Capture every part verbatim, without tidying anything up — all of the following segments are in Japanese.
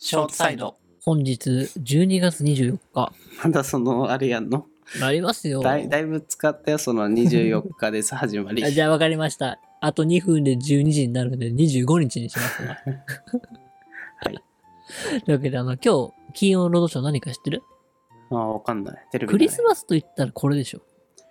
ショートサイド。 本日じゅうにがつにじゅうよっか。 まだそのあれやんのなりますよ。 だいだいぶ使ったよ、そのにじゅうよっかです始まり。 あじゃあ分かりました。あとにふんでじゅうにじになるのでにじゅうごにちにしますわ。 はい。 というわけで、あの、今日、金曜ロードショー何か知ってる？ ああ、わかんない。テレビクリスママスと言ったらこれでしょ。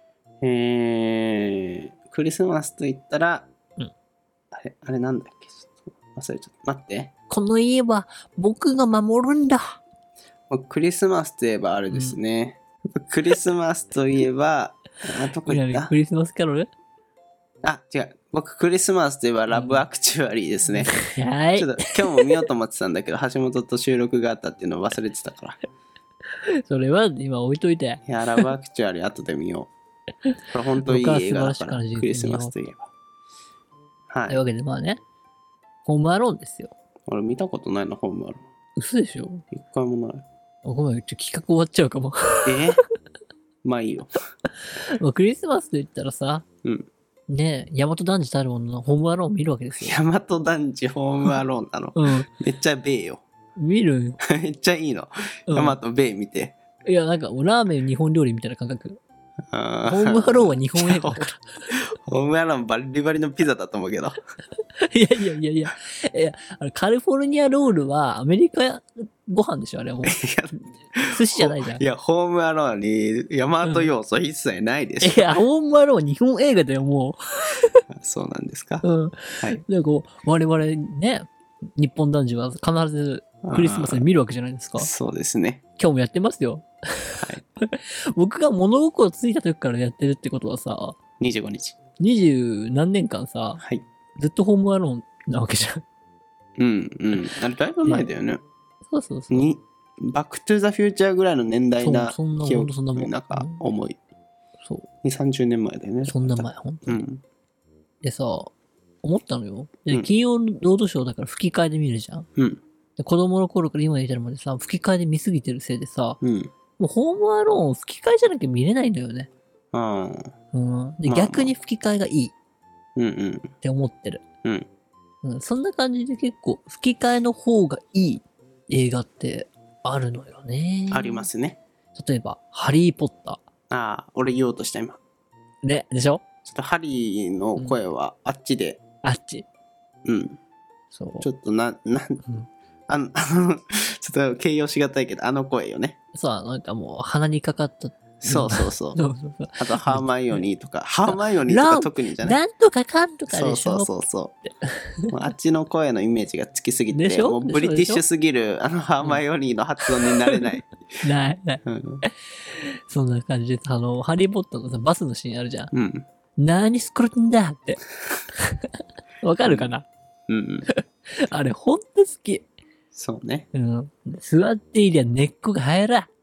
えー、クリスマスと言ったら、 うんあれ、あれなんだっけ、ちょっと忘れちゃった。待って。 この家は僕が守るんだ。 クリスマスといえばあれですね。うん、クリスマスといえば、あ、どこ行った？ クリスマスキャロル？ あ、違う。僕、クリスマスといえばラブアクチュアリーですね。 はい。 ちょっと今日も見ようと思ってたんだけど、橋本と収録があったっていうのを忘れてたから。 それは今置いといて。 いや、ラブアクチュアリー後で見よう。これ本当いい映画だから、クリスマスといえば。はい。 というわけで、まあね、ホームアローンですよ。 俺見たことないの、ホームアローン。 嘘でしょ？ 一回もない。 ごめん、ちょっと企画終わっちゃうかも。 えまあいいよ。 まあクリスマスと言ったらさ、 うん。 ねえ、大和男児たるもののホームアローン見るわけですよ。 大和団地ホームアローンなの。 うん。 めっちゃベーよ。 見るよ。 めっちゃいいの。 うん、 大和ベー見て。 いや、なんか、ラーメン日本料理みたいな感覚。 あホームアローンは日本映画だから。 ホームアローンバリバリのピザだと思うけど。 いやいやいやいや。いや、あれカリフォルニアロールはアメリカご飯でしょあれはもう。寿司じゃないじゃん。 いや、ホームアローンに大和要素一切ないでしょ。 うん、いや、ホームアローンは日本映画だよ、もう。そうなんですか。 うん。 はい。 で、こう、我々ね、日本男児は必ずクリスマスに見るわけじゃないですか。 そうですね。 今日もやってますよ。はい。僕が物心ついた時からやってるってことはさ、 にじゅうごにち。 二十何年間さ、 はい、 ずっとホームアローンなわけじゃん。 うんうん。あれだいぶ前だよね。 そうそうそう。 にバックトゥーザフューチャーぐらいの年代なそんな記憶そんなもん。 なんか重い。 そう。 に、さんじゅうねんまえだよね。 そんな前、ほんとに。うん、でさ、思ったのよ。で、金曜ロードショーだから吹き替えで見るじゃん。 うん。 で子供の頃から今に至るまでさ、吹き替えで見すぎてるせいでさ、 うん、 もうホームアローン吹き替えじゃなきゃ見れないんだよね。 あうん。で、まあまあ、逆に吹き替えがいい。 うんうん。 って思ってる。 うん。 うん。そんな感じで結構吹き替えの方がいい映画ってあるのよね。 ありますね。 例えば、ハリーポッター。ああ、俺言おうとした今。 ね、でしょ？ ちょっとハリーの声はあっちで。 うん、あっち。 うん。 そう。 ちょっとな、な、うん、あの、あの、ちょっと形容しがたいけど、あの声よね。 そう、なんかもう鼻にかかった。 そうそうそう。そうそうそうあと、ハーマイオニーとか、ハーマイオニーとか特にじゃない。 なんとかかんとかでしょ。 そうそうそうそう。あっちの声のイメージがつきすぎて、もうブリティッシュすぎる、あのハーマイオニーの発音になれない。 ない、ない。うん、そんな感じで、あの、ハリーポッターのさ、バスのシーンあるじゃん。うん。何スクロテンだって。わかるかな？うんうん。あれ、ほんと好き。 そうね。 うん。座っていりゃ根っこが生えら。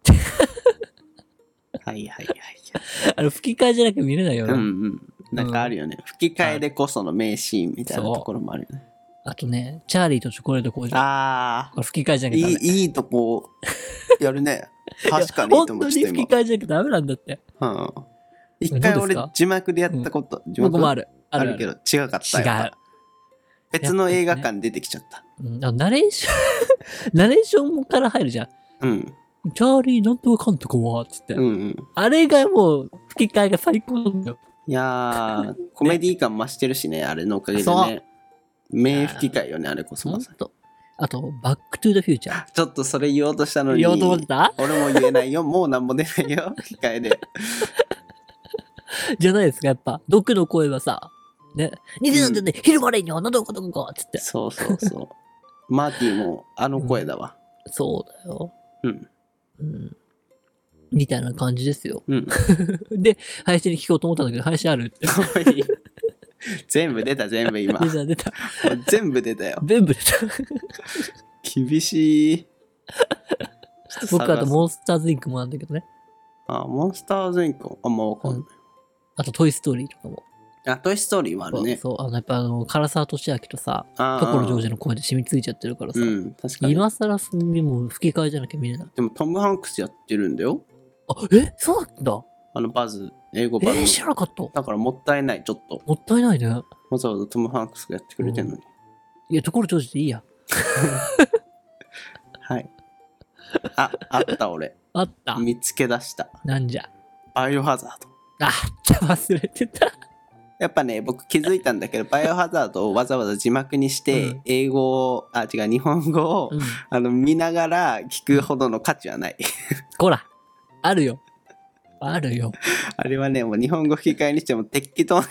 はいはいはい。 あれ吹き替えじゃなく見れないよね。 うんうん。なんかあるよね。うん、吹き替えでこその名シーンみたいなところもあるよね。 あとね、チャーリーとチョコレート工場。 ああ。 吹き替えじゃなきゃダメ。 いい、いいとこやるね。確かにいいと思う。 本当に吹き替えじゃなきゃダメなんだって。うん。 一回俺字幕でやったこと、 うん、字幕もある。 あるけど違かった。 違う。 別の映画館出てきちゃった。 うん、あナレーション、ナレーションから入るじゃん。うん。チャーリーなんとかかんとかは、つって。うんうん。あれがもう、吹き替えが最高なんだよ。 いやー、コメディ感増してるしね、あれのおかげでね。名吹き替えよね、あれこそまさに。 あと、バックトゥーザフューチャー。 ちょっとそれ言おうとしたのに。 言おうと思った俺も言えないよ。もうなんも出ないよ、吹き替えで。 じゃないですか、やっぱ。毒の声はさ、ね。にじゅうなんてね、昼間レには何とかとか、つって。 そうそうそう。マーティもあの声だわ。 うん、そうだよ。うん。うん。みたいな感じですよ。うん。で、林に聞こうと思ったんだけど、林あるって。 全部出た、全部今。 出た、出た。 全部出たよ。 全部出た。 厳しい。 僕あとモンスターズインクもあるんだけどね。 あ、モンスターズインクあんまわかんない。うん、 あとトイストーリーとかも。 あ、トイストーリーもあるね。 そう、そうあのやっぱあの、唐沢寿明とさ、所ジョージの声で染みついちゃってるからさ。うん、確かに。今更にも吹き替えじゃなきゃ見れない。 でもトム・ハンクスやってるんだよ。 あ、えそうなんだ。 あのバズ、英語版。 えー、知らなかった。 だからもったいない、ちょっと。 もったいないね。 わざわざトム・ハンクスがやってくれてるのに。 うん、いや、所ジョージでいいや。 はい。あ、あった俺。 あった。 見つけ出した。 なんじゃ。 バイオハザード。 あった、忘れてた。 やっぱね、僕気づいたんだけど、バイオハザードをわざわざ字幕にして、うん、英語を、あ、違う、日本語を、うん、あの、見ながら聞くほどの価値はない。 こら、あるよ。あるよ。 あれはね、もう日本語吹き替えにしても適当に。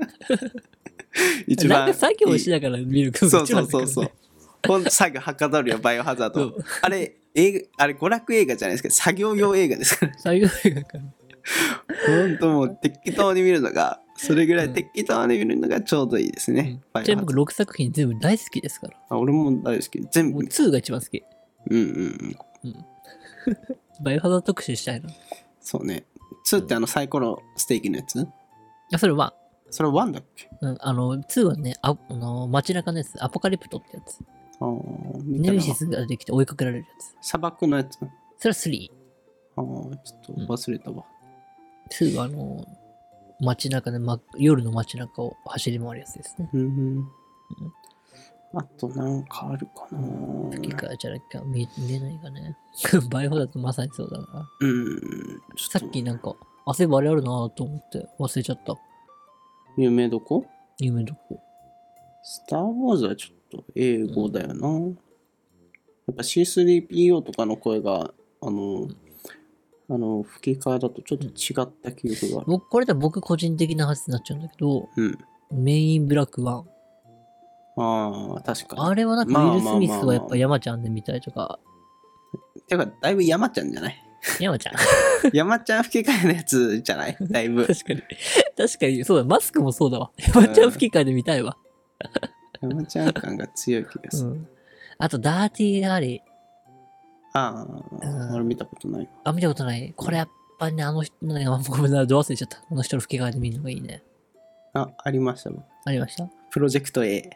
一番。なんか作業しながら見るから、ね。そうそうそうそう。ほんと作業はかどるよ、バイオハザード。あれ、映画、あれ娯楽映画じゃないですけど、作業用映画ですから。 作業映画か。 ほんともう適当に見るのが、それぐらい適当に見るのがちょうどいいですね。 うん、ちなみに僕ろくさく品全部大好きですから。 あ、俺も大好き。全部。 もうにが一番好き。 うんうんうん。うん、 バイオハザード特集したいな。 そうね。にってあのサイコロステーキのやつ？ あ、それは。 それワンだっけ？ うん、あの、にはね、あ、あの、街中のやつ、アポカリプトってやつ。ああ、ネメシスができて追いかけられるやつ。 砂漠のやつ？ それはスリー。ああ、ちょっと忘れたわ。 うん、にはあの、街中で、ま、夜の街中を走り回るやつですね。うん、うん、 あとなんかあるかな。 吹き替えじゃなきゃ見えないかね。バイオだとまさにそうだな。うん。さっきなんか、汗ばれあるなと思って忘れちゃった。 有名どこ？ 有名どこ？ スター・ウォーズはちょっと英語だよな。うん、やっぱ シースリーピーオー とかの声が、あの、うん、あの吹き替えだとちょっと違った記憶がある。 僕、これで僕個人的な話になっちゃうんだけど、 うん、 メインブラックワン。 ああ、確かに。 あれはなんかウィル・スミスはやっぱ山ちゃんで見たいとか。 てか、だいぶ山ちゃんじゃない？ 山ちゃん山ちゃん吹き替えのやつじゃない？だいぶ。 確かに。確かに、そうだ、マスクもそうだわ。山ちゃん吹き替えで見たいわ。 山ちゃん感が強い気がする。うん、 あと、ダーティーハリー。 ああ、うん、俺見たことない。 あ、見たことない。これやっぱりね、あの人のね、ごめんなさい、ど忘れちゃった。あの人の吹き替えで見るのがいいね。 あ、ありましたもん。 ありました？ プロジェクト A。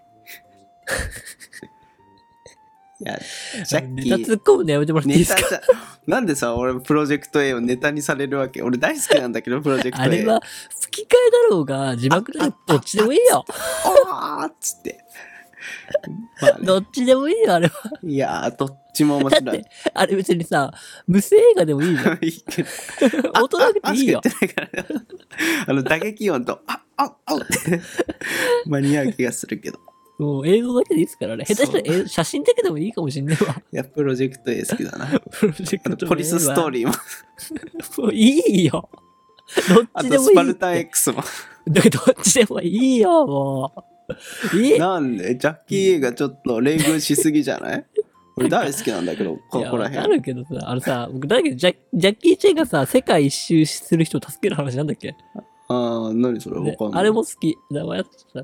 いや、ジャッキー。 ネタ突っ込むのやめてもらっていいですか？ なんでさ、俺プロジェクト A をネタにされるわけ？俺大好きなんだけど、プロジェクト A。 あれは吹き替えだろうが、字幕だろうが、どっちでもいいよ。 あーっつって。 まあね、どっちでもいいよ、あれは。 いやー、どっちも面白い。 だって、あれ別にさ、無声映画でもいいじゃん。いいけど。音だけでいいよ。 あの、打撃音と、あ、あ、あって間に合う気がするけど。 もう映像だけでいいですからね。下手したら写真だけでもいいかもしんないわ。 いや、プロジェクト A 好きだな。プロジェクト A。ポリスストーリーも。 もういいよ。どっちでもいい。あとスパルタン X も。 だけどどっちでもいいよ、もう。いい。 なんでジャッキー A がちょっと冷遇しすぎじゃない？俺大好きなんだけど、ここら辺。 あるけどさ、あのさ、僕だけどジャ、ジャッキー・チェンがさ、世界一周する人を助ける話なんだっけ？ ああ、何それわかんない。 あれも好き。名前やってた。うん。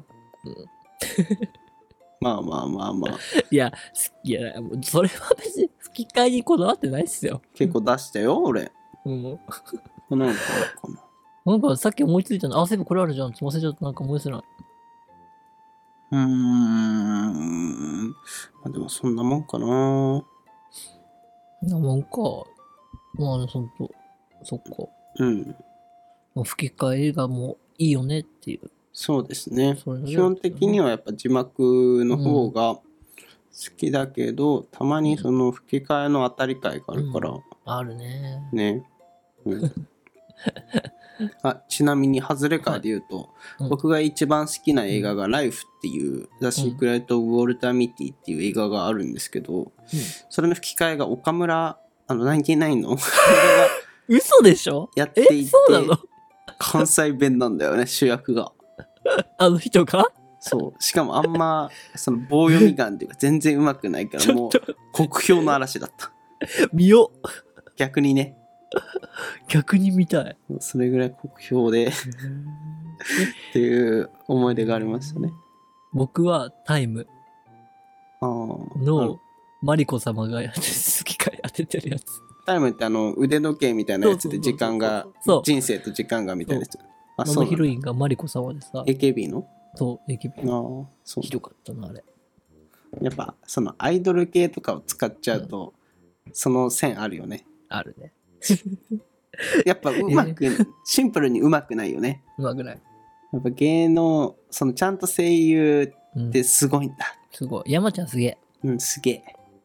まあまあまあまあ。 いや、いや、それは別に吹き替えにこだわってないっすよ。 結構出したよ、俺。うん。なんかあるかな。 なんかさっき思いついたの、あ、そういえばこれあるじゃん。忘れちゃった。なんか思いついた。 うーん。まあでもそんなもんかな。そんなもんか。まあ、そんと、そっか。 うん。 まあ、吹き替え映画もいいよねっていう。 そうですね。基本的にはやっぱ字幕の方が好きだけど、うん、たまにその吹き替えの当たり会があるから。うん、 あるね。 ね。うん、あ、ちなみにハズレカーで言うと、はい、僕が一番好きな映画がライフっていう、ザ・シークレット・ウォルター・ミティっていう映画があるんですけど、うん、それの吹き替えが岡村、あの、ナインティナインの嘘でしょ？ やっていて、え、そうなの？関西弁なんだよね、主役が。 あの人か？ そう。しかもあんま、その棒読み感っていうか全然上手くないから、もう酷評の嵐だった。 見よ。 逆にね。 逆に見たい。 それぐらい酷評でっていう思い出がありましたね。 僕はタイムのマリコ様がやって吹き替え当ててるやつ。 タイムってあの腕時計みたいなやつで時間が、人生と時間がみたいなやつ。 あのヒロインがマリコ様でさ。 エーケービー の？ そう、エーケービー。 ああ、そう。 ひどかったな、あれ。 やっぱそのアイドル系とかを使っちゃうと、うん、その線あるよね。 あるね。 やっぱうまく、えー、シンプルにうまくないよね。 うまくない。 やっぱ芸能、そのちゃんと声優ってすごいんだ。 うん、すごい。山ちゃんすげえ。 うん、すげえ。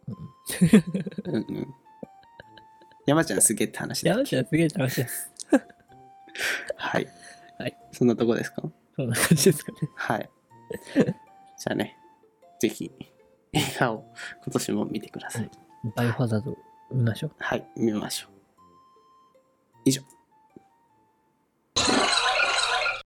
うんうん。山ちゃんすげえって話だ。 山ちゃんすげえって話です。 はい。 はい。 そんなとこですか？ そんな感じですかね。 はい。じゃあね、ぜひ映画を今年も見てください。 バイオハザード見ましょう。 はい、見ましょう。以上。